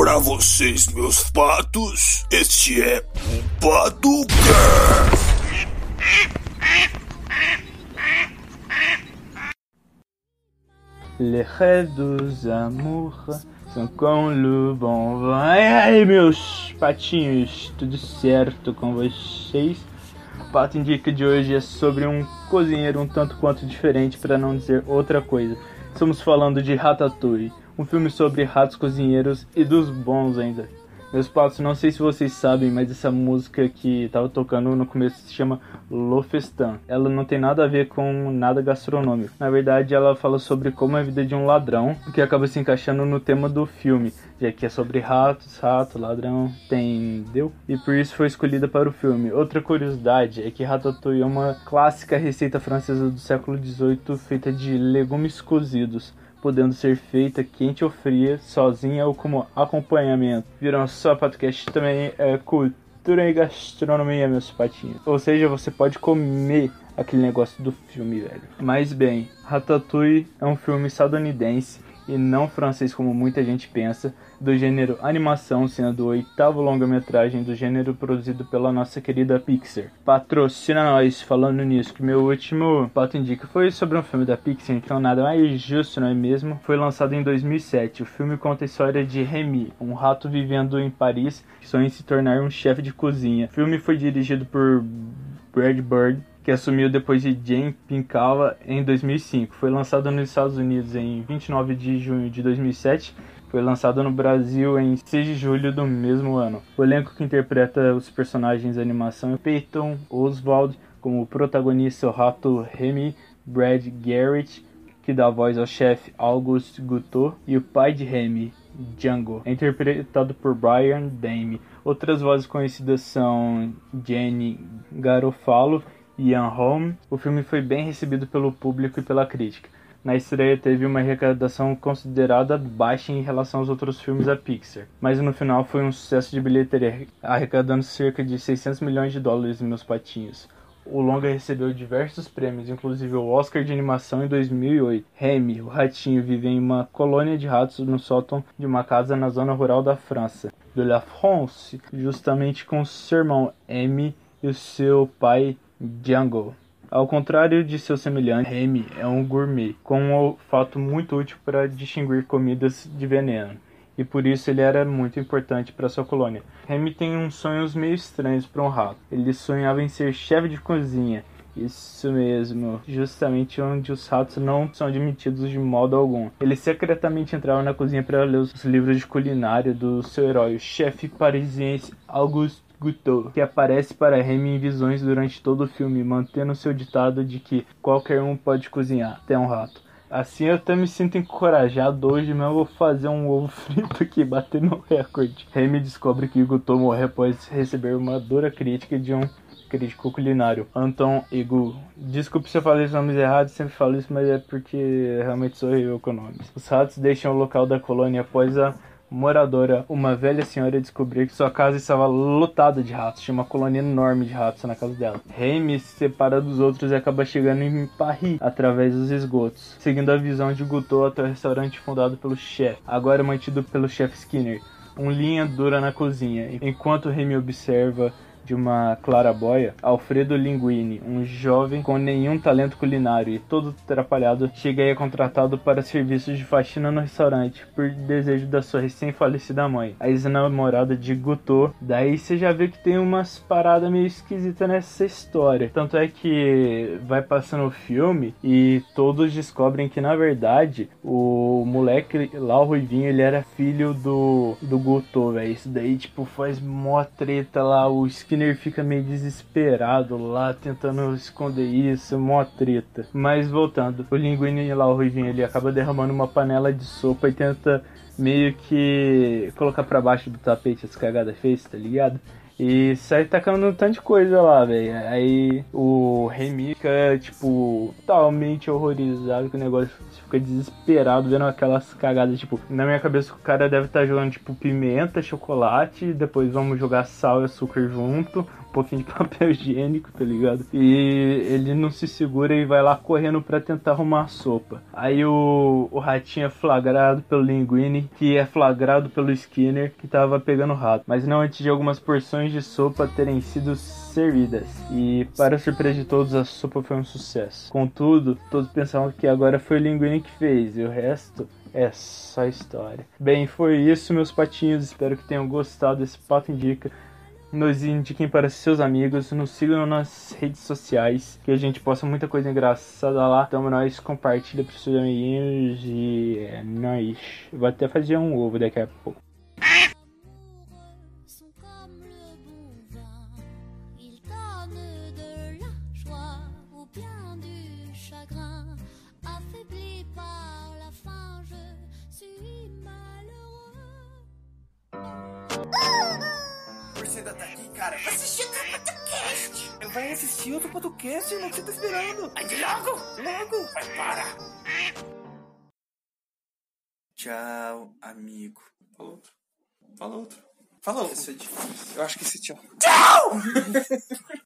Pra vocês, meus patos, este é o Paducast. Les rêves dos amours são com le bon vin. Ai, meus patinhos, tudo certo com vocês? O Pato Indica de hoje é sobre um cozinheiro um tanto quanto diferente, para não dizer outra coisa. Estamos falando de Ratatouille, um filme sobre ratos cozinheiros e dos bons ainda. Meus patos, não sei se vocês sabem, mas essa música que tava tocando no começo se chama Le Festin. Ela não tem nada a ver com nada gastronômico. Na verdade, ela fala sobre como é a vida de um ladrão, que acaba se encaixando no tema do filme, já que é sobre ratos, rato, ladrão, entendeu? E por isso foi escolhida para o filme. Outra curiosidade é que Ratatouille é uma clássica receita francesa do século XVIII feita de legumes cozidos, podendo ser feita quente ou fria, sozinha ou como acompanhamento. Viram só, podcast também é cultura e gastronomia, meus patinhos. Ou seja, você pode comer aquele negócio do filme, velho. Mas bem, Ratatouille é um filme estadunidense e não francês como muita gente pensa, do gênero animação, sendo o oitavo longa-metragem do gênero produzido pela nossa querida Pixar. Patrocina nós, falando nisso, que meu último Pato Indica foi sobre um filme da Pixar, então nada mais justo, não é mesmo? Foi lançado em 2007, o filme conta a história de Remy, um rato vivendo em Paris, que sonha em se tornar um chefe de cozinha. O filme foi dirigido por Brad Bird, que assumiu depois de Jane Pinkava em 2005. Foi lançado nos Estados Unidos em 29 de junho de 2007. Foi lançado no Brasil em 6 de julho do mesmo ano. O elenco que interpreta os personagens da animação é Peyton Oswald como o protagonista, o rato Remy, Brad Garrett, que dá voz ao chefe Auguste Guteau, e o pai de Remy, Django, é interpretado por Brian Dame. Outras vozes conhecidas são Jenny Garofalo e Ian Holm. O filme foi bem recebido pelo público e pela crítica. Na estreia teve uma arrecadação considerada baixa em relação aos outros filmes da Pixar, mas no final foi um sucesso de bilheteria, arrecadando cerca de 600 milhões de dólares, meus patinhos. O longa recebeu diversos prêmios, inclusive o Oscar de animação em 2008. Remy, o ratinho, vive em uma colônia de ratos no sótão de uma casa na zona rural da França, de La France, justamente com seu irmão Amy e o seu pai Django. Ao contrário de seu semelhante, Remy é um gourmet, com um olfato muito útil para distinguir comidas de veneno, e por isso ele era muito importante para sua colônia. Remy tem uns sonhos meio estranhos para um rato. Ele sonhava em ser chefe de cozinha, isso mesmo, justamente onde os ratos não são admitidos de modo algum. Ele secretamente entrava na cozinha para ler os livros de culinária do seu herói, o chefe parisiense Auguste Guteau, que aparece para Remy em visões durante todo o filme, mantendo seu ditado de que qualquer um pode cozinhar, até um rato. Assim eu até me sinto encorajado hoje mesmo, vou fazer um ovo frito aqui, bater no recorde. Remy descobre que Guteau morreu após receber uma dura crítica de um crítico culinário, Anton Ego. Desculpe se eu falei os nomes errados, sempre falo isso, mas é porque realmente sou eu com nomes. Os ratos deixam o local da colônia após a moradora, uma velha senhora, descobriu que sua casa estava lotada de ratos. Tinha uma colônia enorme de ratos na casa dela. Remy se separa dos outros e acaba chegando em Paris através dos esgotos, seguindo a visão de Guteau até o restaurante fundado pelo chefe, agora mantido pelo chefe Skinner, um linha dura na cozinha. Enquanto Remy observa de uma claraboia, Alfredo Linguini, um jovem com nenhum talento culinário e todo atrapalhado, chega e é contratado para serviços de faxina no restaurante por desejo da sua recém-falecida mãe, a ex-namorada de Guteau. Daí você já vê que tem umas paradas meio esquisitas nessa história. Tanto é que vai passando o filme e todos descobrem que, na verdade, o moleque lá, o Ruivinho, ele era filho do Guteau, velho. Isso daí, tipo, faz mó treta lá, o Skinner fica meio desesperado lá, tentando esconder isso, mó treta. Mas voltando, o Linguini lá, o Ruivinho, ele acaba derramando uma panela de sopa e tenta meio que colocar pra baixo do tapete as cagadas feitas, tá ligado? E sai tacando um tanto de coisa lá, velho. Aí o Remy fica, tipo, totalmente horrorizado com o negócio. Fica desesperado vendo aquelas cagadas, tipo, na minha cabeça o cara deve estar jogando, tipo, pimenta, chocolate, depois vamos jogar sal e açúcar junto, pouquinho de papel higiênico, tá ligado? E ele não se segura e vai lá correndo pra tentar arrumar a sopa. Aí o ratinho é flagrado pelo Linguini, que é flagrado pelo Skinner, que tava pegando o rato. Mas não antes de algumas porções de sopa terem sido servidas. E para surpresa de todos, a sopa foi um sucesso. Contudo, todos pensavam que agora foi o Linguini que fez, e o resto é só história. Bem, foi isso, meus patinhos. Espero que tenham gostado desse Pato Indica. Nos indiquem para seus amigos, nos sigam nas redes sociais, que a gente posta muita coisa engraçada lá. Então nós compartilha para seus amiguinhos e é nóis. Vou até fazer um ovo daqui a pouco. Você ainda tá aqui, cara? Assistir outro podcast. Vai assistir outro podcast, irmão, que você tá esperando? Ande logo. Logo! Vai, para. Tchau, amigo. Fala outro. Fala outro. Fala outro. Eu acho que esse tchau. Tchau!